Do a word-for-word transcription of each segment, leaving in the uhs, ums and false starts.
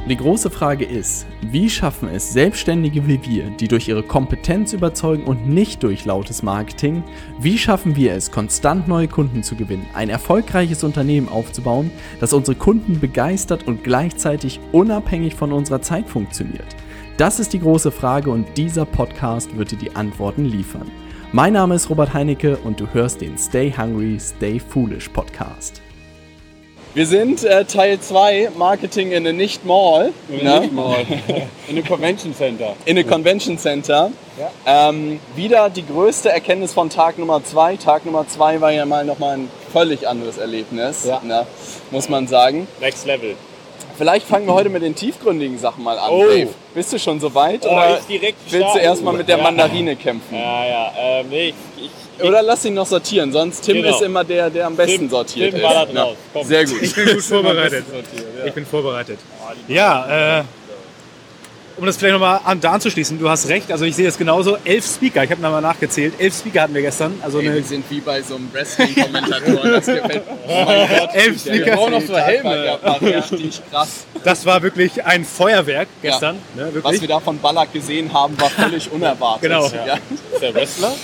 Die große Frage ist, wie schaffen es Selbstständige wie wir, die durch ihre Kompetenz überzeugen und nicht durch lautes Marketing, wie schaffen wir es, konstant neue Kunden zu gewinnen, ein erfolgreiches Unternehmen aufzubauen, das unsere Kunden begeistert und gleichzeitig unabhängig von unserer Zeit funktioniert? Das ist die große Frage und dieser Podcast wird dir die Antworten liefern. Mein Name ist Robert Heinecke und du hörst den Stay Hungry, Stay Foolish Podcast. Wir sind äh, Teil zwei, Marketing in a Nicht-Mall. In a Nicht-Mall. In a Convention Center. In a Convention Center. Ja. Ähm, wieder die größte Erkenntnis von Tag Nummer zwei. Tag Nummer zwei war ja mal nochmal ein völlig anderes Erlebnis, ja. ne, muss man sagen. Next Level. Vielleicht fangen wir heute mit den tiefgründigen Sachen mal an, oh. Dave. Bist du schon soweit? Oh, oder ich direkt willst starten. du erstmal mit der ja. Mandarine kämpfen? Ja, ja. Ähm, nee, ich, ich, oder lass ihn noch sortieren, sonst Tim genau. ist immer der, der am besten Tim, sortiert Tim ist. War da drauf. Ja. Sehr gut. Ich bin gut vorbereitet. ja. Ich bin vorbereitet. Ja, äh, um das vielleicht nochmal an, da anzuschließen, du hast recht, also ich sehe es genauso. Elf Speaker, ich habe nochmal nachgezählt, elf Speaker hatten wir gestern. Also Ey, eine wir sind wie bei so einem Wrestling-Kommentator. Das gefällt oh mein Gott. Elf Speaker. Wir brauchen noch so Helme. War richtig krass. Das war wirklich ein Feuerwerk gestern. Ja. Ne, wirklich. Was wir da von Ballack gesehen haben, war völlig unerwartet. Genau. Ja. Ja. Ist der Wrestler?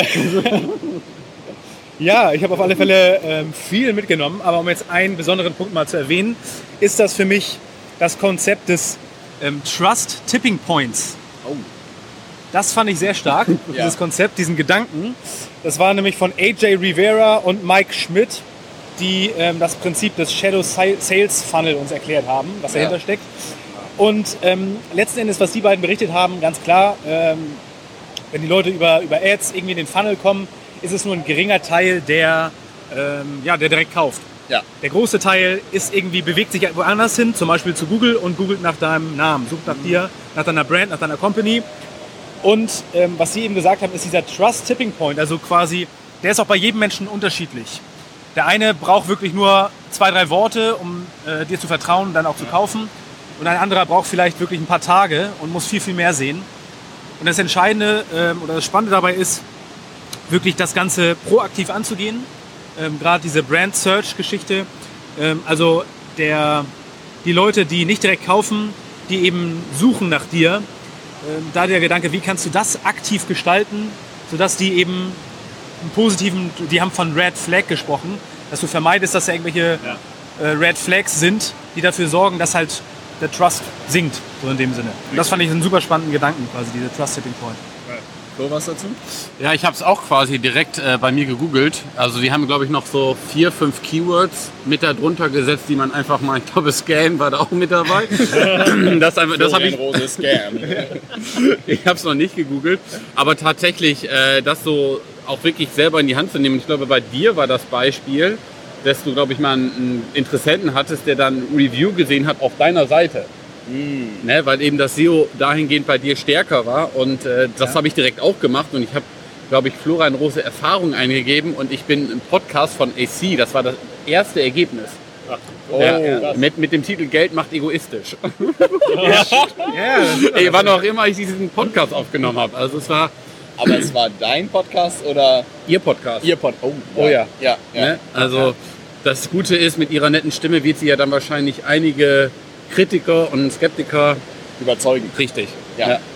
Ja, ich habe auf alle Fälle ähm, viel mitgenommen, aber um jetzt einen besonderen Punkt mal zu erwähnen, ist das für mich das Konzept des ähm, Trust Tipping Points. Oh. Das fand ich sehr stark, ja. dieses Konzept, diesen Gedanken. Das war nämlich von A J Rivera und Mike Schmidt, die ähm, das Prinzip des Shadow Sales Funnel uns erklärt haben, was dahinter ja. steckt. Und ähm, letzten Endes, was die beiden berichtet haben, ganz klar, ähm, wenn die Leute über, über Ads irgendwie in den Funnel kommen, ist es nur ein geringer Teil, der, ähm, ja, der direkt kauft. Ja. Der große Teil ist irgendwie, bewegt sich woanders hin, zum Beispiel zu Google und googelt nach deinem Namen, sucht nach mhm. dir, nach deiner Brand, nach deiner Company. Und ähm, was sie eben gesagt haben, ist dieser Trust Tipping Point, also quasi, der ist auch bei jedem Menschen unterschiedlich. Der eine braucht wirklich nur zwei, drei Worte, um äh, dir zu vertrauen und dann auch zu kaufen. Und ein anderer braucht vielleicht wirklich ein paar Tage und muss viel, viel mehr sehen. Und das Entscheidende ähm, oder das Spannende dabei ist, wirklich das Ganze proaktiv anzugehen. Ähm, Gerade diese Brand-Search-Geschichte. Ähm, also der, die Leute, die nicht direkt kaufen, die eben suchen nach dir. Ähm, da der Gedanke, wie kannst du das aktiv gestalten, sodass die eben einen positiven, die haben von Red Flag gesprochen, dass du vermeidest, dass da irgendwelche ja. äh, Red Flags sind, die dafür sorgen, dass halt der Trust sinkt, so in dem Sinne. Und das fand ich einen super spannenden Gedanken, quasi, diese Trust-Tipping Point. So, was dazu? Ja, ich habe es auch quasi direkt äh, bei mir gegoogelt. Also die haben, glaube ich, noch so vier, fünf Keywords mit da drunter gesetzt, die man einfach mal, ich glaube, Scam war da auch mit dabei. das einfach, das habe ich. Scam. Ich habe es noch nicht gegoogelt, aber tatsächlich, äh, das so auch wirklich selber in die Hand zu nehmen. Ich glaube, bei dir war das Beispiel, dass du, glaube ich, mal einen Interessenten hattest, der dann ein Review gesehen hat auf deiner Seite. Mm. Ne, weil eben das S E O dahingehend bei dir stärker war und äh, das ja. habe ich direkt auch gemacht und ich habe, glaube ich, Flora eine große Erfahrung eingegeben und ich bin im Podcast von A C, das war das erste Ergebnis. Ach, oh, ja, ja. Mit, mit dem Titel Geld macht egoistisch. ja. Ja. Ey, wann auch immer ich diesen Podcast aufgenommen habe. Also es war. Aber es war dein Podcast oder? Ihr Podcast. Ihr Podcast. Oh, oh ja. ja. ja. Ne? Also ja. Das Gute ist, mit ihrer netten Stimme wird sie ja dann wahrscheinlich einige Kritiker und Skeptiker überzeugen. Richtig. Ja. ja.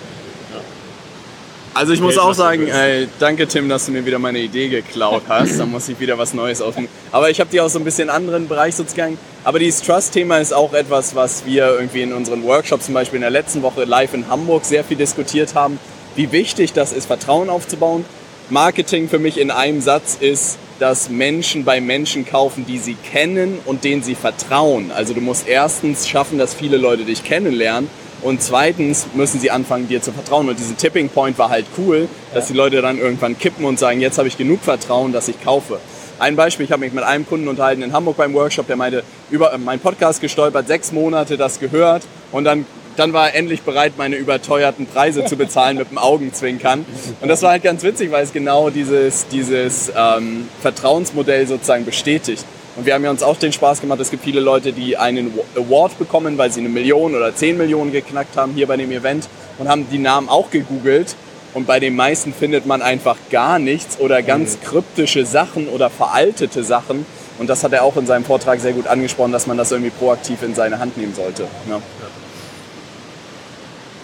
Also ich muss auch sagen, äh, danke Tim, dass du mir wieder meine Idee geklaut hast. Da muss ich wieder was Neues aufnehmen. Aber ich habe die aus so ein bisschen anderen Bereich sozusagen. Aber dieses Trust-Thema ist auch etwas, was wir irgendwie in unseren Workshops, zum Beispiel in der letzten Woche live in Hamburg, sehr viel diskutiert haben. Wie wichtig das ist, Vertrauen aufzubauen. Marketing für mich in einem Satz ist, dass Menschen bei Menschen kaufen, die sie kennen und denen sie vertrauen. Also du musst erstens schaffen, dass viele Leute dich kennenlernen und zweitens müssen sie anfangen, dir zu vertrauen. Und diesen Tipping Point war halt cool, dass die Leute dann irgendwann kippen und sagen, jetzt habe ich genug Vertrauen, dass ich kaufe. Ein Beispiel, ich habe mich mit einem Kunden unterhalten in Hamburg beim Workshop, der meinte, über meinen Podcast gestolpert, sechs Monate das gehört und dann Dann war er endlich bereit, meine überteuerten Preise zu bezahlen mit dem Augenzwinkern. Und das war halt ganz witzig, weil es genau dieses, dieses ähm, Vertrauensmodell sozusagen bestätigt. Und wir haben ja uns auch den Spaß gemacht, es gibt viele Leute, die einen Award bekommen, weil sie eine Million oder zehn Millionen geknackt haben hier bei dem Event und haben die Namen auch gegoogelt. Und bei den meisten findet man einfach gar nichts oder ganz kryptische Sachen oder veraltete Sachen. Und das hat er auch in seinem Vortrag sehr gut angesprochen, dass man das irgendwie proaktiv in seine Hand nehmen sollte. Ja.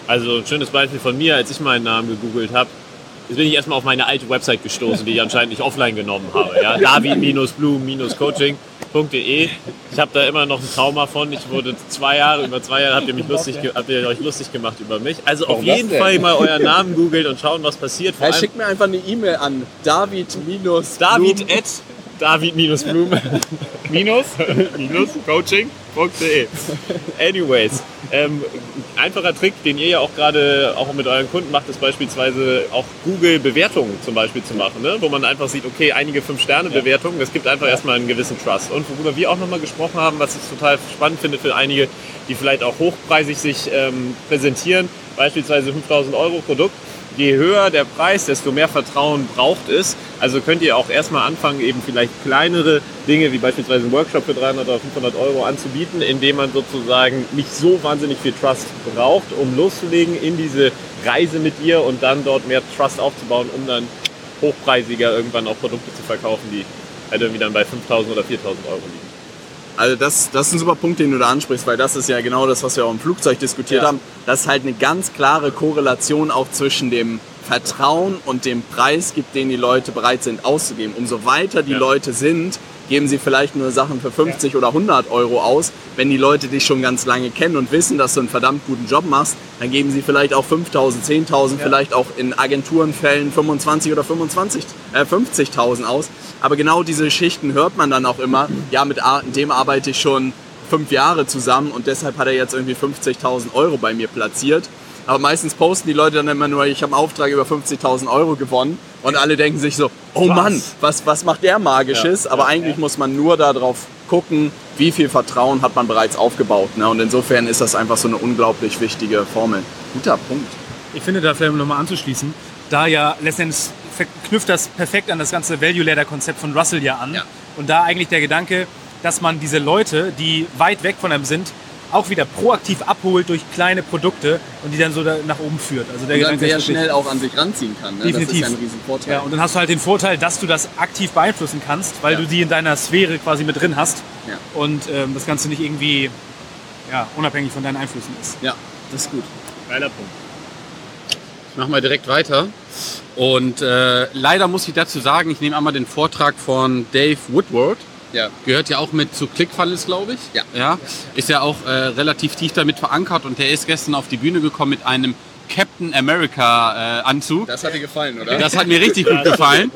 Also ein schönes Beispiel von mir, als ich meinen Namen gegoogelt habe, jetzt bin ich erstmal auf meine alte Website gestoßen, die ich anscheinend nicht offline genommen habe. Ja? david Blum Coaching punkt de. Ich habe da immer noch ein Trauma von. Ich wurde zwei Jahre, über zwei Jahre habt ihr, mich lustig, habt ihr euch lustig gemacht über mich. Also Warum auf jeden das denn? Fall mal euren Namen googeln und schauen, was passiert. Vor Hey, allem schick mir einfach eine E-Mail an David minus David at David Blum minus minus Coaching punkt de. Anyways, ähm, einfacher Trick, den ihr ja auch gerade auch mit euren Kunden macht, ist beispielsweise auch Google-Bewertungen zum Beispiel zu machen, ne? Wo man einfach sieht, okay, einige fünf Sterne Bewertungen, das gibt einfach erstmal einen gewissen Trust. Und worüber wir auch nochmal gesprochen haben, was ich total spannend finde für einige, die vielleicht auch hochpreisig sich ähm, präsentieren, beispielsweise fünftausend Euro Produkt. Je höher der Preis, desto mehr Vertrauen braucht es. Also könnt ihr auch erstmal anfangen, eben vielleicht kleinere Dinge, wie beispielsweise einen Workshop für dreihundert oder fünfhundert Euro anzubieten, indem man sozusagen nicht so wahnsinnig viel Trust braucht, um loszulegen in diese Reise mit dir und dann dort mehr Trust aufzubauen, um dann hochpreisiger irgendwann auch Produkte zu verkaufen, die halt irgendwie dann bei fünftausend oder viertausend Euro liegen. Also das, das ist ein super Punkt, den du da ansprichst, weil das ist ja genau das, was wir auch im Flugzeug diskutiert Ja. haben. Das ist halt eine ganz klare Korrelation auch zwischen dem Vertrauen und dem Preis gibt, den die Leute bereit sind auszugeben. Umso weiter die Ja. Leute sind, geben sie vielleicht nur Sachen für fünfzig ja. oder hundert Euro aus. Wenn die Leute dich schon ganz lange kennen und wissen, dass du einen verdammt guten Job machst, dann geben sie vielleicht auch fünftausend, zehntausend, ja. vielleicht auch in Agenturenfällen fünfundzwanzig oder fünfundzwanzig, äh, fünfzigtausend aus. Aber genau diese Schichten hört man dann auch immer. Ja, mit dem arbeite ich schon fünf Jahre zusammen und deshalb hat er jetzt irgendwie fünfzigtausend Euro bei mir platziert. Aber meistens posten die Leute dann immer nur, ich habe einen Auftrag über fünfzigtausend Euro gewonnen und alle denken sich so, oh was? Mann, was, was macht der Magisches? Ja, Aber ja, eigentlich ja. muss man nur darauf gucken, wie viel Vertrauen hat man bereits aufgebaut. Ne? Und insofern ist das einfach so eine unglaublich wichtige Formel. Guter Punkt. Ich finde, da vielleicht nochmal anzuschließen, da ja letztendlich knüpft das perfekt an das ganze Value-Ladder-Konzept von Russell ja an. Ja. Und da eigentlich der Gedanke, dass man diese Leute, die weit weg von einem sind, auch wieder proaktiv abholt durch kleine Produkte und die dann so da nach oben führt. Also der und dann Gedanke sehr ist schnell auch an sich ranziehen kann. Ne? Definitiv. Das ist ja ein riesen Vorteil. Ja, und dann hast du halt den Vorteil, dass du das aktiv beeinflussen kannst, weil ja. du die in deiner Sphäre quasi mit drin hast ja. und ähm, das Ganze nicht irgendwie ja, unabhängig von deinen Einflüssen ist. Ja, das ist gut. Geiler Punkt. Ich mache mal direkt weiter. Und äh, leider muss ich dazu sagen, ich nehme einmal den Vortrag von Dave Woodward. Ja. Gehört ja auch mit zu ClickFunnels, glaube ich. Ja. ja. Ist ja auch äh, relativ tief damit verankert und der ist gestern auf die Bühne gekommen mit einem Captain America äh, Anzug. Das hat dir gefallen, oder? Das hat mir richtig gut gefallen.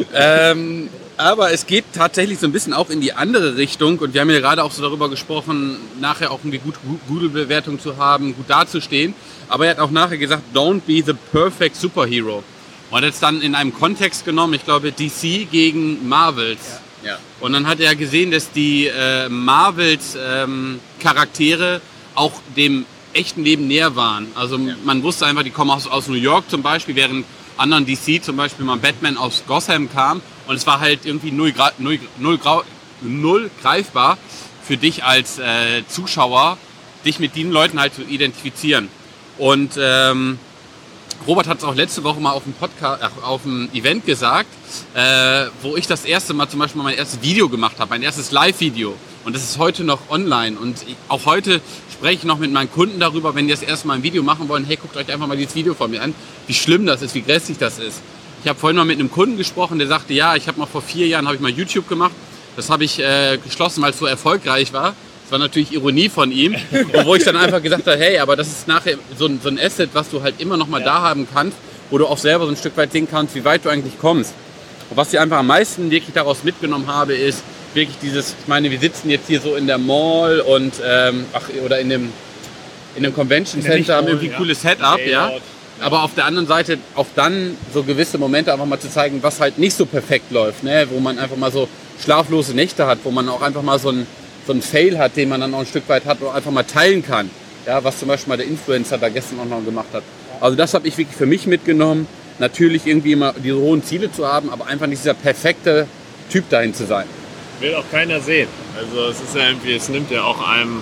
ähm, aber es geht tatsächlich so ein bisschen auch in die andere Richtung und wir haben ja gerade auch so darüber gesprochen, nachher auch eine gute Google-Bewertung zu haben, gut dazustehen. Aber er hat auch nachher gesagt, don't be the perfect superhero. Und jetzt dann in einem Kontext genommen, ich glaube D C gegen Marvels. Ja. Ja. Und dann hat er gesehen, dass die äh, Marvels ähm, Charaktere auch dem echten Leben näher waren. Also ja. man wusste einfach, die kommen aus, aus New York zum Beispiel, während anderen D C zum Beispiel mal Batman aus Gotham kam. Und es war halt irgendwie null, null, null, null greifbar für dich als äh, Zuschauer, dich mit den Leuten halt zu identifizieren. Und ähm, Robert hat es auch letzte Woche mal auf dem Podcast, auf dem Event gesagt, äh, wo ich das erste Mal zum Beispiel mein erstes Video gemacht habe, mein erstes Live-Video. Und das ist heute noch online. Und ich, auch heute spreche ich noch mit meinen Kunden darüber, wenn die das erste Mal ein Video machen wollen, hey, guckt euch einfach mal dieses Video von mir an, wie schlimm das ist, wie grässlich das ist. Ich habe vorhin mal mit einem Kunden gesprochen, der sagte, ja, ich habe mal vor vier Jahren habe ich mal YouTube gemacht. Das habe ich äh, geschlossen, weil es so erfolgreich war. Das war natürlich Ironie von ihm. Und wo ich dann einfach gesagt habe, hey, aber das ist nachher so ein, so ein Asset, was du halt immer noch mal ja. da haben kannst, wo du auch selber so ein Stück weit sehen kannst, wie weit du eigentlich kommst. Und was ich einfach am meisten wirklich daraus mitgenommen habe, ist wirklich dieses, ich meine, wir sitzen jetzt hier so in der Mall und, ähm, ach, oder in dem, in dem Convention Center, haben irgendwie ein ja. cooles Setup, ja. Aber auf der anderen Seite auch dann so gewisse Momente einfach mal zu zeigen, was halt nicht so perfekt läuft, ne? Wo man einfach mal so schlaflose Nächte hat, wo man auch einfach mal so ein so ein Fail hat, den man dann auch ein Stück weit hat und einfach mal teilen kann. Ja, was zum Beispiel mal der Influencer da gestern auch noch gemacht hat. Also das habe ich wirklich für mich mitgenommen. Natürlich irgendwie immer diese hohen Ziele zu haben, aber einfach nicht dieser perfekte Typ dahin zu sein. Will auch keiner sehen. Also es ist ja irgendwie, es nimmt ja auch einem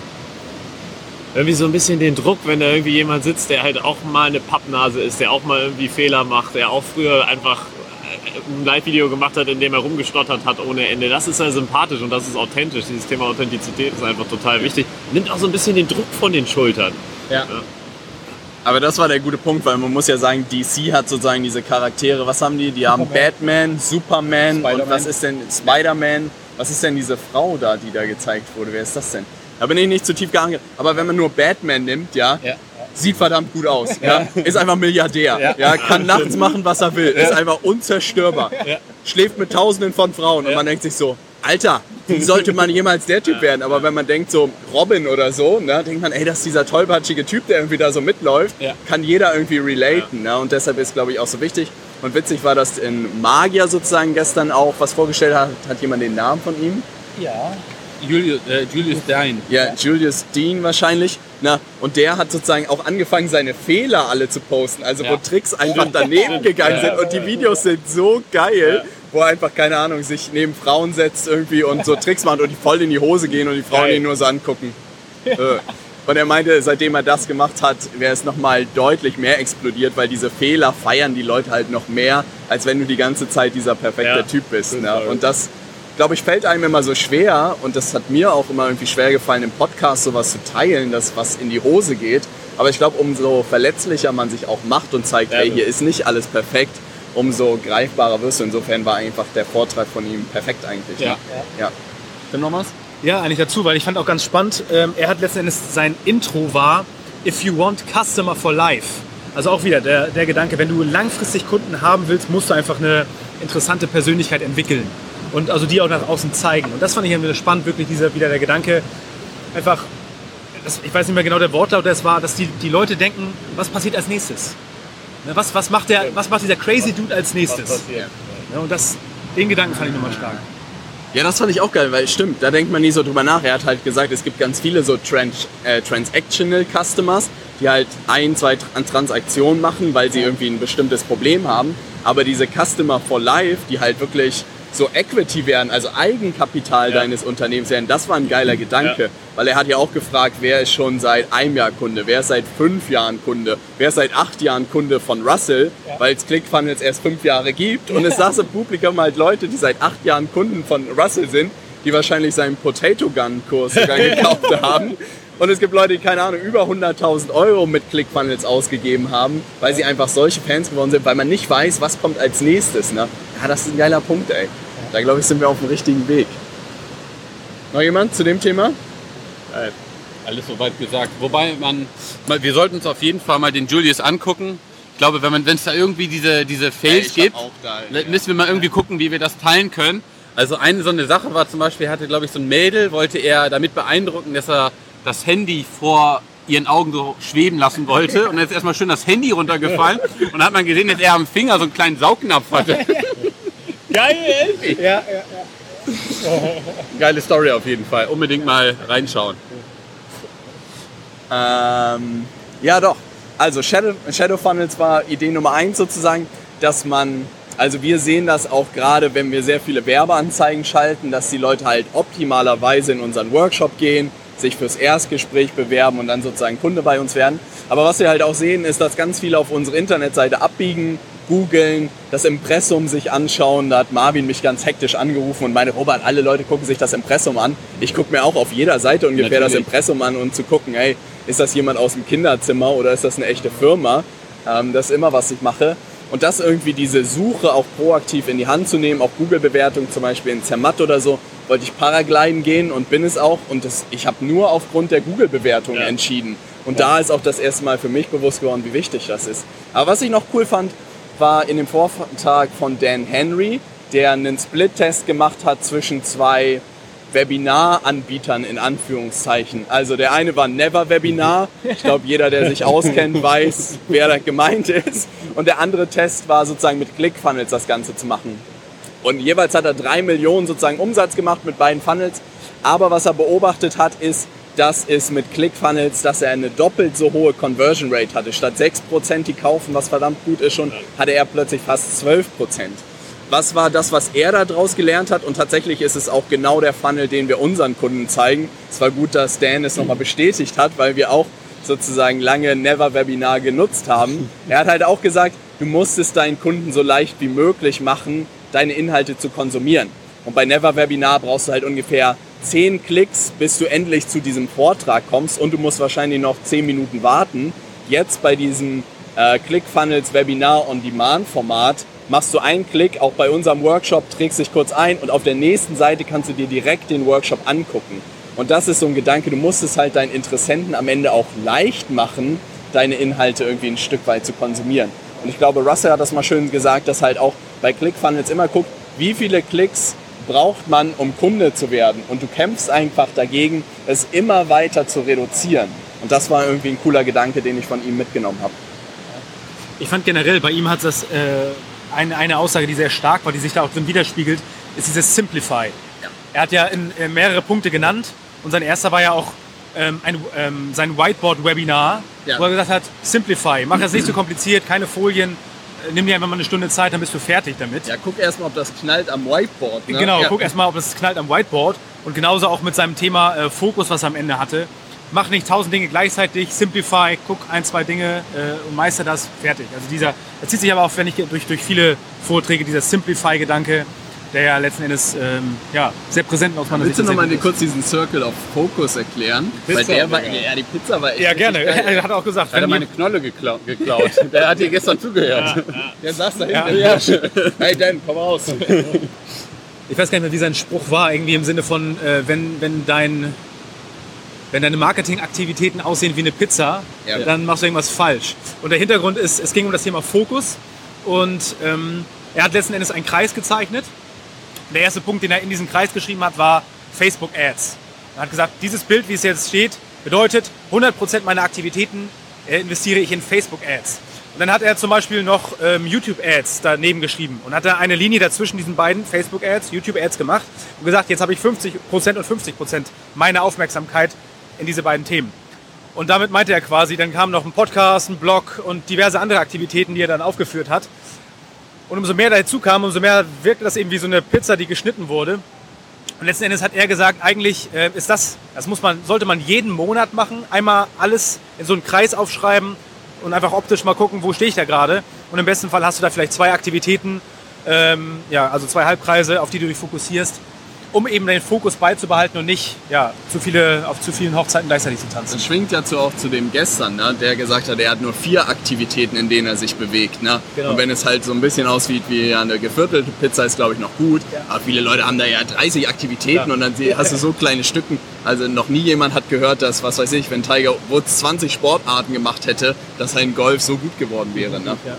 irgendwie so ein bisschen den Druck, wenn da irgendwie jemand sitzt, der halt auch mal eine Pappnase ist, der auch mal irgendwie Fehler macht, der auch früher einfach ein Live-Video gemacht hat, in dem er rumgestottert hat ohne Ende. Das ist ja sympathisch und das ist authentisch. Dieses Thema Authentizität ist einfach total wichtig. Nimmt auch so ein bisschen den Druck von den Schultern. Ja. ja. Aber das war der gute Punkt, weil man muss ja sagen, D C hat sozusagen diese Charaktere, was haben die? Die haben Batman, Superman Spider-Man. und was ist denn Spider-Man? Was ist denn diese Frau da, die da gezeigt wurde? Wer ist das denn? Da bin ich nicht zu tief gegangen. Aber wenn man nur Batman nimmt, ja, Ja. sieht verdammt gut aus. Ja. Ist einfach Milliardär. Ja. Ja. Kann nachts machen, was er will. Ist einfach unzerstörbar. Ja. Schläft mit Tausenden von Frauen. Und man denkt sich so, Alter, wie sollte man jemals der Typ werden? Aber wenn man denkt so Robin oder so, ne, denkt man, ey, das ist dieser tollpatschige Typ, der irgendwie da so mitläuft, Ja. kann jeder irgendwie relaten. Ne? Und deshalb ist, glaube ich, auch so wichtig. Und witzig war, dass in Magier sozusagen gestern auch was vorgestellt hat. Hat jemand den Namen von ihm? Ja. Julius, äh, Julius Dein. Ja, Julius Dean wahrscheinlich. Na, und der hat sozusagen auch angefangen, seine Fehler alle zu posten. Also wo Ja. Tricks einfach daneben gegangen sind. Und die Videos sind so geil, wo er einfach, keine Ahnung, sich neben Frauen setzt irgendwie und so Tricks macht und die voll in die Hose gehen und die Frauen Geil. ihn nur so angucken. Äh. Und er meinte, seitdem er das gemacht hat, wäre es nochmal deutlich mehr explodiert, weil diese Fehler feiern die Leute halt noch mehr, als wenn du die ganze Zeit dieser perfekte Ja, Typ bist. Ne? total. Und das, glaube ich, fällt einem immer so schwer und das hat mir auch immer irgendwie schwer gefallen, im Podcast sowas zu teilen, dass was in die Hose geht. Aber ich glaube, umso verletzlicher man sich auch macht und zeigt, Ja, ey, das- hier ist nicht alles perfekt, umso greifbarer wirst du. Insofern war einfach der Vortrag von ihm perfekt eigentlich. Ja. Ne? Ja. Tim, noch was? Ja, eigentlich dazu, weil ich fand auch ganz spannend, ähm, er hat letzten Endes, sein Intro war If you want customer for life. Also auch wieder der, der Gedanke, wenn du langfristig Kunden haben willst, musst du einfach eine interessante Persönlichkeit entwickeln und also die auch nach außen zeigen. Und das fand ich irgendwie spannend, wirklich dieser, wieder der Gedanke, einfach, das, ich weiß nicht mehr genau der Wortlaut, das war, dass die, die Leute denken, was passiert als nächstes? Ne, Was, was, macht der, was macht dieser crazy Dude als nächstes? passiert? Ne, und das, den Gedanken fand ich nochmal stark. Ja, das fand ich auch geil, weil stimmt, da denkt man nie so drüber nach. Er hat halt gesagt, es gibt ganz viele so Trans äh, Transactional Customers, die halt ein, zwei Tr- Transaktionen machen, weil sie irgendwie ein bestimmtes Problem haben. Aber diese Customer for Life, die halt wirklich so Equity wären, also Eigenkapital Ja. deines Unternehmens wären, das war ein geiler Gedanke. Ja. Weil er hat ja auch gefragt, wer ist schon seit einem Jahr Kunde, wer ist seit fünf Jahren Kunde, wer ist seit acht Jahren Kunde von Russell, weil es ClickFunnels erst fünf Jahre gibt. Und es saß im Publikum halt Leute, die seit acht Jahren Kunden von Russell sind, die wahrscheinlich seinen Potato Gun Kurs sogar gekauft haben. Und es gibt Leute, die, keine Ahnung, über hunderttausend Euro mit ClickFunnels ausgegeben haben, weil sie einfach solche Fans geworden sind, weil man nicht weiß, was kommt als nächstes. Ne? Ja, das ist ein geiler Punkt, ey. Da, glaube ich, sind wir auf dem richtigen Weg. Noch jemand zu dem Thema? Geil. Alles soweit gesagt. Wobei man, mal- wir sollten uns auf jeden Fall mal den Julius angucken. Ich glaube, wenn man, wenn es da irgendwie diese, diese Fails gibt, le- müssen wir mal irgendwie gucken, wie wir das teilen können. Also eine so eine Sache war zum Beispiel, er hatte, glaube ich, so ein Mädel, wollte er damit beeindrucken, dass er das Handy vor ihren Augen so schweben lassen wollte. Und dann ist erstmal schön das Handy runtergefallen. Und dann hat man gesehen, dass er am Finger so einen kleinen Saugnapf hatte. Geil! Ja, ja. Geile Story auf jeden Fall. Unbedingt mal reinschauen. Ähm, ja, doch. Also Shadow, Shadow Funnels war Idee Nummer eins sozusagen, dass man, also wir sehen das auch gerade, wenn wir sehr viele Werbeanzeigen schalten, dass die Leute halt optimalerweise in unseren Workshop gehen, sich fürs Erstgespräch bewerben und dann sozusagen Kunde bei uns werden. Aber was wir halt auch sehen, ist, dass ganz viele auf unsere Internetseite abbiegen, googeln, das Impressum sich anschauen. Da hat Marvin mich ganz hektisch angerufen und meinte, Robert, alle Leute gucken sich das Impressum an. Ich gucke mir auch auf jeder Seite ungefähr das Natürlich. Impressum an, um zu gucken, hey, ist das jemand aus dem Kinderzimmer oder ist das eine echte Firma? Ähm, das ist immer, was ich mache. Und das irgendwie diese Suche auch proaktiv in die Hand zu nehmen, auch Google-Bewertungen zum Beispiel in Zermatt oder so, wollte ich Paragliden gehen und bin es auch. Und das, ich habe nur aufgrund der Google-Bewertungen Ja. entschieden. Und da ist auch das erste Mal für mich bewusst geworden, wie wichtig das ist. Aber was ich noch cool fand, war in dem Vortrag von Dan Henry, der einen Split-Test gemacht hat zwischen zwei Webinar-Anbietern in Anführungszeichen. Also der eine war Never Webinar. Ich glaube, jeder, der sich auskennt, weiß, wer da gemeint ist. Und der andere Test war sozusagen mit ClickFunnels das Ganze zu machen. Und jeweils hat er drei Millionen sozusagen Umsatz gemacht mit beiden Funnels. Aber was er beobachtet hat, ist, dass es mit ClickFunnels, dass er eine doppelt so hohe Conversion Rate hatte. Statt sechs Prozent, die kaufen, was verdammt gut ist schon, hatte er plötzlich fast zwölf Prozent. Was war das, was er daraus gelernt hat? Und tatsächlich ist es auch genau der Funnel, den wir unseren Kunden zeigen. Es war gut, dass Dan es nochmal bestätigt hat, weil wir auch sozusagen lange Never Webinar genutzt haben. Er hat halt auch gesagt, du musst es deinen Kunden so leicht wie möglich machen, deine Inhalte zu konsumieren. Und bei Never Webinar brauchst du halt ungefähr zehn Klicks, bis du endlich zu diesem Vortrag kommst und du musst wahrscheinlich noch zehn Minuten warten. jetzt bei diesem äh, ClickFunnels Webinar on Demand Format machst du einen Klick, auch bei unserem Workshop, trägst dich kurz ein und auf der nächsten Seite kannst du dir direkt den Workshop angucken. Und das ist so ein Gedanke, du musst es halt deinen Interessenten am Ende auch leicht machen, deine Inhalte irgendwie ein Stück weit zu konsumieren. Und ich glaube, Russell hat das mal schön gesagt, dass halt auch bei ClickFunnels immer guckt, wie viele Klicks braucht man, um Kunde zu werden. Und du kämpfst einfach dagegen, es immer weiter zu reduzieren. Und das war irgendwie ein cooler Gedanke, den ich von ihm mitgenommen habe. Ich fand generell, bei ihm hat das äh, eine, eine Aussage, die sehr stark war, die sich da auch drin widerspiegelt, ist dieses Simplify. Ja. Er hat ja in, in mehrere Punkte genannt und sein erster war ja auch ähm, ein, ähm, sein Whiteboard-Webinar, ja. wo er gesagt hat, Simplify, mach das nicht so kompliziert, keine Folien, nimm dir einfach mal eine Stunde Zeit, dann bist du fertig damit. Ja, guck erstmal, ob das knallt am Whiteboard. Ne? Genau, ja. guck erstmal, ob das knallt am Whiteboard. Und genauso auch mit seinem Thema äh, Fokus, was er am Ende hatte. Mach nicht tausend Dinge gleichzeitig, simplify, guck ein, zwei Dinge äh, und meister das, fertig. Also dieser, das zieht sich aber auch wenn ich, durch, durch viele Vorträge, dieser Simplify-Gedanke, der ja letzten Endes ähm, ja, sehr präsent aus meiner Sicht ist. Willst du nochmal kurz diesen Circle of Focus erklären? Pizza, Weil der war, ja, die Pizza war echt. Ja, gerne. Er hat auch gesagt. Hat er meine Knolle geklau- geklaut. Der hat dir gestern zugehört. Ja, ja. Der saß da Ja. hinten. Ja. Hey Dan, komm raus. Ich weiß gar nicht mehr, wie sein Spruch war, irgendwie im Sinne von, äh, wenn, wenn, dein, wenn deine Marketingaktivitäten aussehen wie eine Pizza, Ja. dann machst du irgendwas falsch. Und der Hintergrund ist, es ging um das Thema Fokus und ähm, er hat letzten Endes einen Kreis gezeichnet. Der erste Punkt, den er in diesem Kreis geschrieben hat, war Facebook Ads. Er hat gesagt, dieses Bild, wie es jetzt steht, bedeutet, hundert Prozent meiner Aktivitäten äh, investiere ich in Facebook Ads. Und dann hat er zum Beispiel noch ähm, YouTube Ads daneben geschrieben und hat er eine Linie dazwischen diesen beiden Facebook Ads, YouTube Ads gemacht und gesagt, jetzt habe ich fünfzig Prozent und fünfzig Prozent meiner Aufmerksamkeit in diese beiden Themen. Und damit meinte er quasi, dann kam noch ein Podcast, ein Blog und diverse andere Aktivitäten, die er dann aufgeführt hat. Und umso mehr dazu kam, umso mehr wirkte das eben wie so eine Pizza, die geschnitten wurde. Und letzten Endes hat er gesagt, eigentlich äh, ist das, das muss man, sollte man jeden Monat machen, einmal alles in so einen Kreis aufschreiben und einfach optisch mal gucken, wo stehe ich da gerade. Und im besten Fall hast du da vielleicht zwei Aktivitäten, ähm, ja, also zwei Halbkreise, auf die du dich fokussierst, um eben den Fokus beizubehalten und nicht ja, zu viele, auf zu vielen Hochzeiten gleichzeitig zu tanzen. Das schwingt ja zu, auch zu dem gestern, ne, der gesagt hat, er hat nur vier Aktivitäten, in denen er sich bewegt. Ne? Genau. Und wenn es halt so ein bisschen aussieht wie ja, eine geviertelte Pizza, ist glaube ich noch gut. Ja. Aber viele Leute haben da ja dreißig Aktivitäten Ja. und dann hast du so kleine Stücken. Also noch nie jemand hat gehört, dass, was weiß ich, wenn Tiger Woods zwanzig Sportarten gemacht hätte, dass sein Golf so gut geworden wäre. Ne? Ja.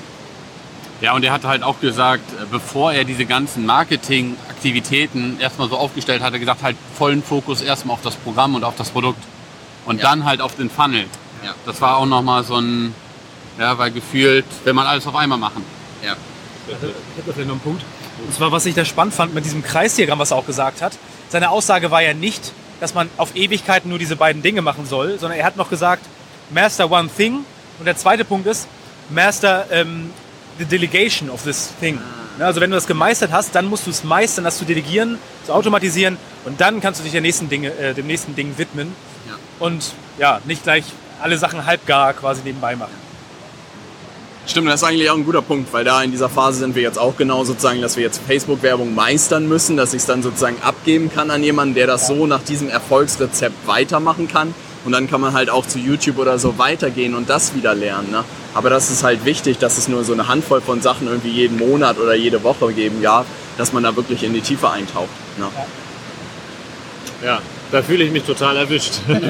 Ja, und er hat halt auch gesagt, bevor er diese ganzen Marketingaktivitäten erstmal so aufgestellt hat, hat er gesagt, halt vollen Fokus erstmal auf das Programm und auf das Produkt. Und Ja. dann halt auf den Funnel. Ja. Das war auch nochmal so ein, ja, weil gefühlt, wenn man alles auf einmal machen. Ja. Ich habe da vielleicht noch einen Punkt. Und zwar, was ich da spannend fand mit diesem Kreisdiagramm, was er auch gesagt hat. Seine Aussage war ja nicht, dass man auf Ewigkeiten nur diese beiden Dinge machen soll, sondern er hat noch gesagt, master one thing. Und der zweite Punkt ist, master ähm, the delegation of this thing. Ah. Also wenn du das gemeistert hast, dann musst du es meistern, das zu delegieren, zu automatisieren und dann kannst du dich der nächsten Dinge, äh, dem nächsten Ding widmen. Ja. Und ja, nicht gleich alle Sachen halbgar quasi nebenbei machen. Stimmt, das ist eigentlich auch ein guter Punkt, weil da in dieser Phase sind wir jetzt auch genau sozusagen, dass wir jetzt Facebook-Werbung meistern müssen, dass ich es dann sozusagen abgeben kann an jemanden, der das so nach diesem Erfolgsrezept weitermachen kann. Und dann kann man halt auch zu YouTube oder so weitergehen und das wieder lernen. Ne? Aber das ist halt wichtig, dass es nur so eine Handvoll von Sachen irgendwie jeden Monat oder jede Woche geben darf, dass man da wirklich in die Tiefe eintaucht. Ne? Ja, da fühle ich mich total erwischt.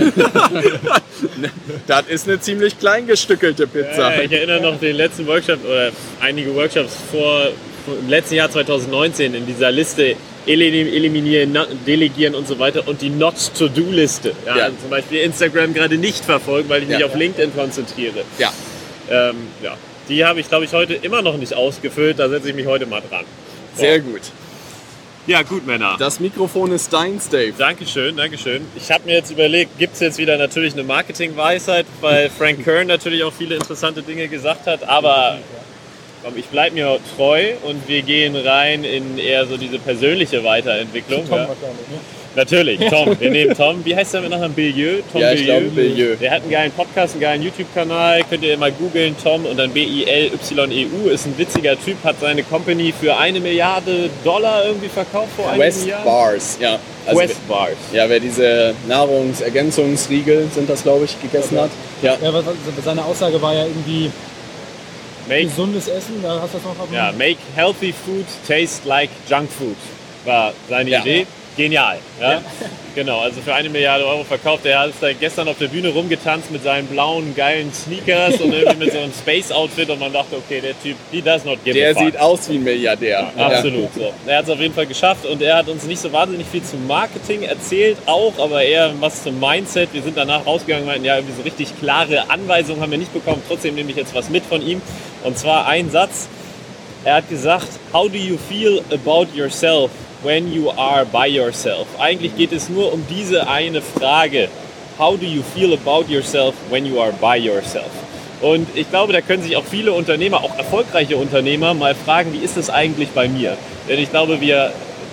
Das ist eine ziemlich klein gestückelte Pizza. Ja, ich erinnere noch den letzten Workshop oder einige Workshops vor im letzten Jahr zwanzig neunzehn in dieser Liste eliminieren, delegieren und so weiter und die Not-to-Do-Liste. Ja, Ja. also zum Beispiel Instagram gerade nicht verfolgen, weil ich mich Ja. auf LinkedIn konzentriere. Ja. Ähm, ja. Die habe ich, glaube ich, heute immer noch nicht ausgefüllt. Da setze ich mich heute mal dran. Sehr gut. Ja, gut, Männer. Das Mikrofon ist deins, Dave. Dankeschön, Dankeschön. Ich habe mir jetzt überlegt, gibt es jetzt wieder natürlich eine Marketing-Weisheit, weil Frank Kern natürlich auch viele interessante Dinge gesagt hat, aber komm, ich bleibe mir treu und wir gehen rein in eher so diese persönliche Weiterentwicklung. Tom Ja. wahrscheinlich, ne? Natürlich, Tom. Wir nehmen Tom. Wie heißt der mit Nachnamen? Billieu? Tom Ja, ich glaube Billieu. Der hat einen geilen Podcast, einen geilen YouTube-Kanal. Könnt ihr mal googeln. Tom und dann B I L Y E U. Ist ein witziger Typ, hat seine Company für eine Milliarde Dollar irgendwie verkauft vor einigen West Jahren. Bars, ja. Also, West Bars. ja, wer diese Nahrungsergänzungsriegel sind das, glaube ich, gegessen hat. Ja. Ja, was, seine Aussage war ja irgendwie Make, gesundes Essen. Da hast du das noch auf dem- ja, make healthy food taste like junk food. War seine Ja. Idee. Genial. Ja? Genau, also für eine Milliarde Euro verkauft. Er ist da gestern auf der Bühne rumgetanzt mit seinen blauen, geilen Sneakers und irgendwie mit so einem Space-Outfit und man dachte, okay, der Typ, he does not give Der a fuck. sieht aus wie ein Milliardär. Absolut. So. Er hat es auf jeden Fall geschafft und er hat uns nicht so wahnsinnig viel zum Marketing erzählt, auch, aber eher was zum Mindset. Wir sind danach rausgegangen und meinten, ja, irgendwie so richtig klare Anweisungen haben wir nicht bekommen. Trotzdem nehme ich jetzt was mit von ihm. Und zwar ein Satz. Er hat gesagt, how do you feel about yourself when you are by yourself? Eigentlich geht es nur um diese eine Frage. How do you feel about yourself when you are by yourself? Und ich glaube, da können sich auch viele Unternehmer, auch erfolgreiche Unternehmer, mal fragen, wie ist es eigentlich bei mir? Denn ich glaube, wir,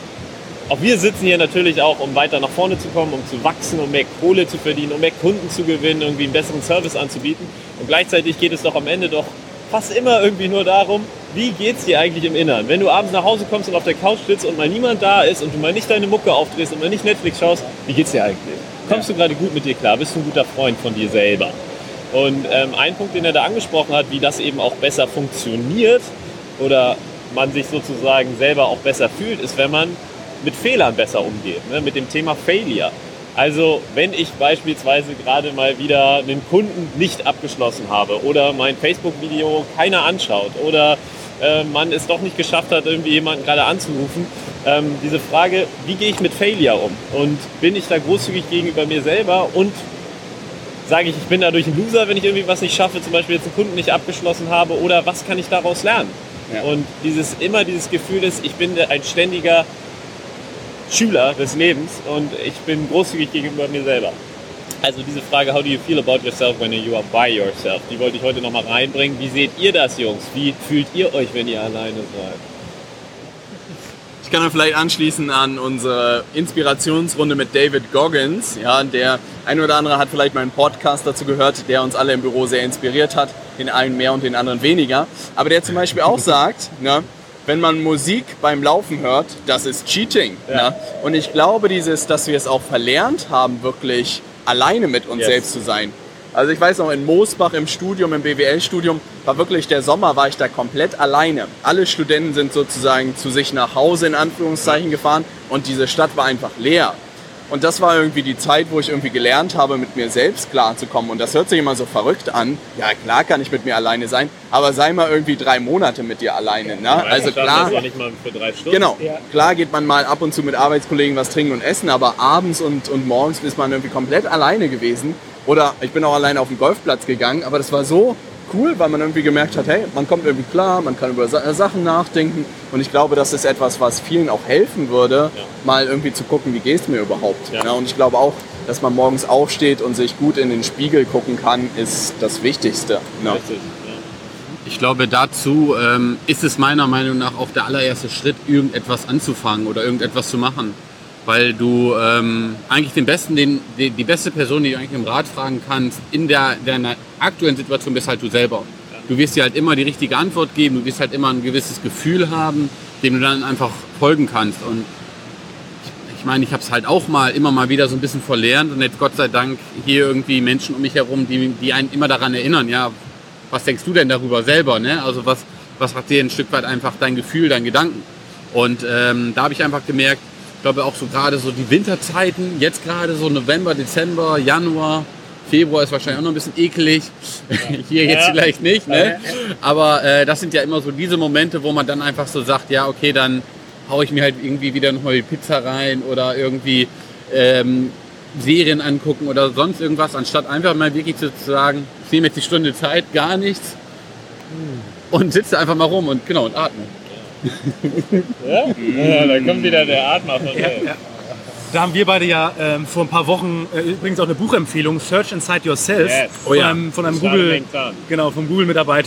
auch wir sitzen hier natürlich auch, um weiter nach vorne zu kommen, um zu wachsen, um mehr Kohle zu verdienen, um mehr Kunden zu gewinnen, irgendwie einen besseren Service anzubieten. Und gleichzeitig geht es doch am Ende doch fast immer irgendwie nur darum, wie geht's dir eigentlich im Inneren? Wenn du abends nach Hause kommst und auf der Couch sitzt und mal niemand da ist und du mal nicht deine Mucke aufdrehst und mal nicht Netflix schaust, wie geht's dir eigentlich? Kommst du gerade gut mit dir klar? Bist du ein guter Freund von dir selber? Und ähm, ein Punkt, den er da angesprochen hat, wie das eben auch besser funktioniert oder man sich sozusagen selber auch besser fühlt, ist, wenn man mit Fehlern besser umgeht, ne? Mit dem Thema Failure. Also wenn ich beispielsweise gerade mal wieder einen Kunden nicht abgeschlossen habe oder mein Facebook-Video keiner anschaut oder äh, man es doch nicht geschafft hat, irgendwie jemanden gerade anzurufen, ähm, diese Frage, wie gehe ich mit Failure um? Und bin ich da großzügig gegenüber mir selber und sage ich, ich bin dadurch ein Loser, wenn ich irgendwie was nicht schaffe, zum Beispiel jetzt einen Kunden nicht abgeschlossen habe, oder was kann ich daraus lernen? Ja. Und dieses immer dieses Gefühl ist, ich bin ein ständiger Schüler des Lebens und ich bin großzügig gegenüber mir selber. Also diese Frage, how do you feel about yourself when you are by yourself, die wollte ich heute nochmal reinbringen. Wie seht ihr das, Jungs? Wie fühlt ihr euch, wenn ihr alleine seid? Ich kann dann vielleicht anschließen an unsere Inspirationsrunde mit David Goggins. Ja, der ein oder andere hat vielleicht meinen Podcast dazu gehört, der uns alle im Büro sehr inspiriert hat. Den einen mehr und den anderen weniger. Aber der zum Beispiel auch sagt, ne, wenn man Musik beim Laufen hört, das ist Cheating. Ja. Ne? Und ich glaube, dieses, dass wir es auch verlernt haben, wirklich alleine mit uns Yes. selbst zu sein. Also ich weiß noch, in Moosbach im Studium, im B W L-Studium, war wirklich der Sommer, war ich da komplett alleine. Alle Studenten sind sozusagen zu sich nach Hause in Anführungszeichen gefahren und diese Stadt war einfach leer. Und das war irgendwie die Zeit, wo ich irgendwie gelernt habe, mit mir selbst klarzukommen. Und das hört sich immer so verrückt an. Ja, klar kann ich mit mir alleine sein, aber sei mal irgendwie drei Monate mit dir alleine. Ne? Also Ich schaffe klar, das auch nicht mal für drei Stunden. genau, klar geht man mal ab und zu mit Arbeitskollegen was trinken und essen, aber abends und, und morgens ist man irgendwie komplett alleine gewesen. Oder ich bin auch alleine auf den Golfplatz gegangen, aber das war so cool, weil man irgendwie gemerkt hat, hey, man kommt irgendwie klar, man kann über Sa- Sachen nachdenken. Und ich glaube, das ist etwas, was vielen auch helfen würde, Ja. mal irgendwie zu gucken, wie geht es mir überhaupt. Ja. Ja, und ich glaube auch, dass man morgens aufsteht und sich gut in den Spiegel gucken kann, ist das Wichtigste. Ne? Richtig, ja. Ich glaube, dazu ähm, ist es meiner Meinung nach auch der allererste Schritt, irgendetwas anzufangen oder irgendetwas zu machen. Weil du ähm, eigentlich den besten, den, die, die beste Person, die du eigentlich im Rat fragen kannst, in der, deiner aktuellen Situation bist halt du selber. Du wirst dir halt immer die richtige Antwort geben, du wirst halt immer ein gewisses Gefühl haben, dem du dann einfach folgen kannst. Und ich, ich meine, ich habe es halt auch mal immer mal wieder so ein bisschen verlernt und jetzt Gott sei Dank hier irgendwie Menschen um mich herum, die, die einen immer daran erinnern, ja, was denkst du denn darüber selber, ne? Also was, was hat dir ein Stück weit einfach dein Gefühl, dein Gedanken? Und ähm, da habe ich einfach gemerkt, ich glaube auch so gerade so die Winterzeiten, jetzt gerade so November, Dezember, Januar, Februar ist wahrscheinlich auch noch ein bisschen ekelig, hier jetzt Ja. vielleicht nicht, ne? Aber äh, das sind ja immer so diese Momente, wo man dann einfach so sagt, ja okay, dann haue ich mir halt irgendwie wieder nochmal die Pizza rein oder irgendwie ähm, Serien angucken oder sonst irgendwas, anstatt einfach mal wirklich zu sagen, ich nehme jetzt die Stunde Zeit, gar nichts und sitze einfach mal rum und genau und atme. Ja? Ja, da kommt wieder der Atmer von Ja, ja. Da haben wir beide ja ähm, vor ein paar Wochen äh, übrigens auch eine Buchempfehlung, Search Inside Yourself, Yes. von Oh ja. einem, von einem Charlie Google, Mengtan. genau, vom Google-Mitarbeiter.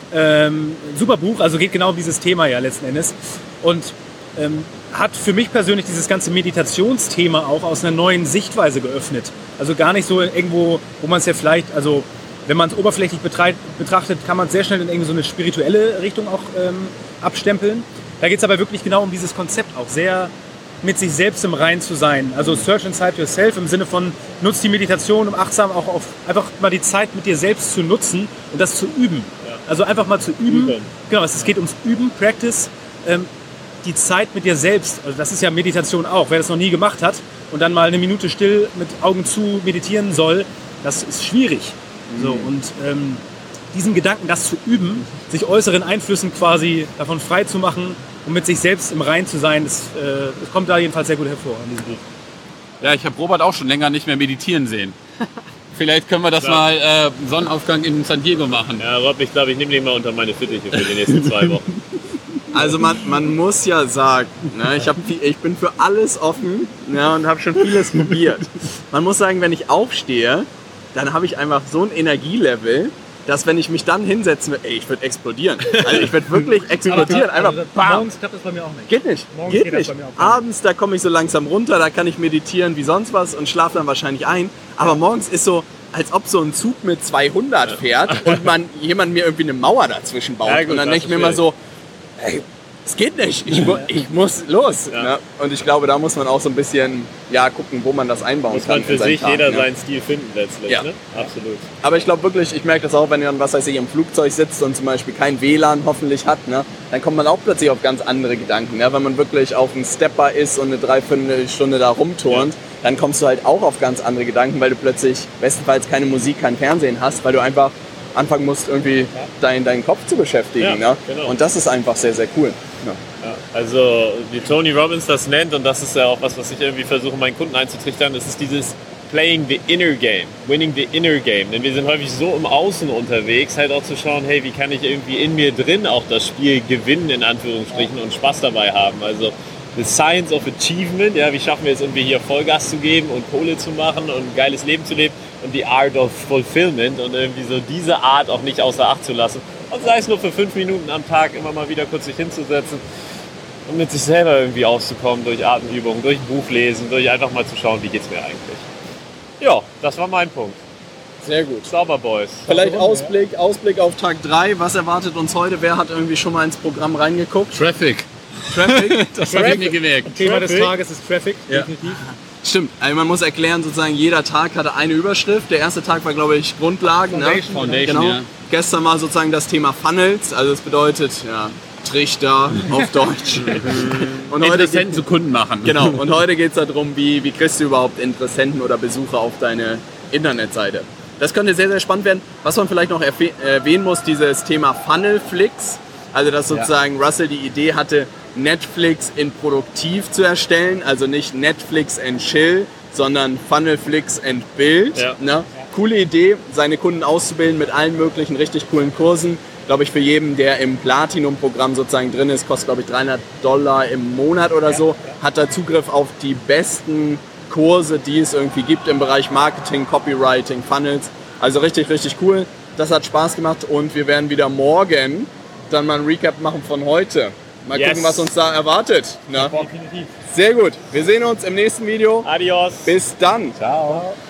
Ähm, super Buch, also geht genau um dieses Thema ja letzten Endes. Und ähm, hat für mich persönlich dieses ganze Meditationsthema auch aus einer neuen Sichtweise geöffnet. Also gar nicht so irgendwo, wo man es ja vielleicht, also wenn man es oberflächlich betreit, betrachtet, kann man es sehr schnell in irgendwie so eine spirituelle Richtung auch ähm, abstempeln. Da geht es aber wirklich genau um dieses Konzept auch, sehr mit sich selbst im Rein zu sein. Also search inside yourself im Sinne von, nutz die Meditation, um achtsam auch auf einfach mal die Zeit mit dir selbst zu nutzen und das zu üben. Ja. Also einfach mal zu üben. üben. Genau, es geht ums Üben, Practice. Ähm, die Zeit mit dir selbst, also das ist ja Meditation auch, wer das noch nie gemacht hat und dann mal eine Minute still mit Augen zu meditieren soll, das ist schwierig. Mhm. So, und ähm, diesen Gedanken, das zu üben, sich äußeren Einflüssen quasi davon frei zu machen und mit sich selbst im Rein zu sein, das, äh, das kommt da jedenfalls sehr gut hervor an diesem Buch. Ja, ich habe Robert auch schon länger nicht mehr meditieren sehen. Vielleicht können wir das Klar. mal äh, Sonnenaufgang in San Diego machen. Ja, Rob, ich glaube, ich nehme den mal unter meine Fittiche für die nächsten zwei Wochen. Also man, man muss ja sagen, ne, ich, hab, ich bin für alles offen, ja, und habe schon vieles probiert. Man muss sagen, wenn ich aufstehe, dann habe ich einfach so ein Energielevel, dass wenn ich mich dann hinsetze, ey, ich würde explodieren. Also ich würde wirklich explodieren. Einfach also, bam. Morgens klappt das bei mir auch nicht. Geht nicht. Morgens geht geht nicht. das bei mir auch nicht. Abends, da komme ich so langsam runter, da kann ich meditieren wie sonst was und schlafe dann wahrscheinlich ein. Aber morgens ist so, als ob so ein Zug mit zweihundert fährt und man jemand mir irgendwie eine Mauer dazwischen baut. Ja, gut, und dann denke ich mir immer so, ey, es geht nicht, ich, mu- ich muss los. Ja. Ne? Und ich glaube, da muss man auch so ein bisschen ja, gucken, wo man das einbauen muss kann. Muss man für sich Tag, jeder ne? seinen Stil finden letztlich. Ja. Ne? Absolut. Aber ich glaube wirklich, ich merke das auch, wenn ihr dann, was weiß ich, im Flugzeug sitzt und zum Beispiel kein W L A N hoffentlich hat, ne? Dann kommt man auch plötzlich auf ganz andere Gedanken. Ne? Wenn man wirklich auf einem Stepper ist und eine Dreiviertelstunde da rumturnt, ja. dann kommst du halt auch auf ganz andere Gedanken, weil du plötzlich bestenfalls keine Musik, kein Fernsehen hast, weil du einfach anfangen musst, irgendwie ja. deinen, deinen Kopf zu beschäftigen. Ja, ne? Genau. Und das ist einfach sehr, sehr cool. Ja. Ja, also wie Tony Robbins das nennt, und das ist ja auch was, was ich irgendwie versuche, meinen Kunden einzutrichtern, das ist dieses Playing the inner game, winning the inner game. Denn wir sind häufig so im Außen unterwegs, halt auch zu schauen, hey, wie kann ich irgendwie in mir drin auch das Spiel gewinnen, in Anführungsstrichen, und Spaß dabei haben. Also the science of achievement, ja, wie schaffen wir es irgendwie hier Vollgas zu geben und Kohle zu machen und ein geiles Leben zu leben, und die art of fulfillment und irgendwie so diese Art auch nicht außer Acht zu lassen. Und sei es nur für fünf Minuten am Tag immer mal wieder kurz sich hinzusetzen und mit sich selber irgendwie auszukommen durch Atemübungen, durch Buch lesen, durch einfach mal zu schauen, wie geht's mir eigentlich. Ja, das war mein Punkt. Sehr gut. Sauber Boys. Vielleicht Ausblick, Ausblick auf Tag drei. Was erwartet uns heute? Wer hat irgendwie schon mal ins Programm reingeguckt? Traffic. Traffic? Das habe ich mir gemerkt. Thema des Tages ist Traffic, ja. definitiv. Stimmt, also man muss erklären, sozusagen jeder Tag hatte eine Überschrift. Der erste Tag war, glaube ich, Grundlagen. Foundation. Ne? Foundation, genau. Ja. Gestern war sozusagen das Thema Funnels, also das bedeutet ja, Trichter auf Deutsch. Und Interessenten zu Kunden machen. Genau, und heute geht es darum, wie, wie kriegst du überhaupt Interessenten oder Besucher auf deine Internetseite. Das könnte sehr, sehr spannend werden. Was man vielleicht noch erwäh- erwähnen muss, dieses Thema Funnelflix, also dass sozusagen ja. Russell die Idee hatte, Netflix in produktiv zu erstellen, also nicht Netflix and Chill, sondern Funnelflix and Build. Ja. Ne? Coole Idee, seine Kunden auszubilden mit allen möglichen richtig coolen Kursen. Glaube ich, für jeden, der im Platinum-Programm sozusagen drin ist, kostet, glaube ich, dreihundert Dollar im Monat oder so, hat er Zugriff auf die besten Kurse, die es irgendwie gibt im Bereich Marketing, Copywriting, Funnels. Also richtig, richtig cool. Das hat Spaß gemacht und wir werden wieder morgen dann mal ein Recap machen von heute. Mal yes. gucken, was uns da erwartet. Na? Sehr gut. Wir sehen uns im nächsten Video. Adios. Bis dann. Ciao.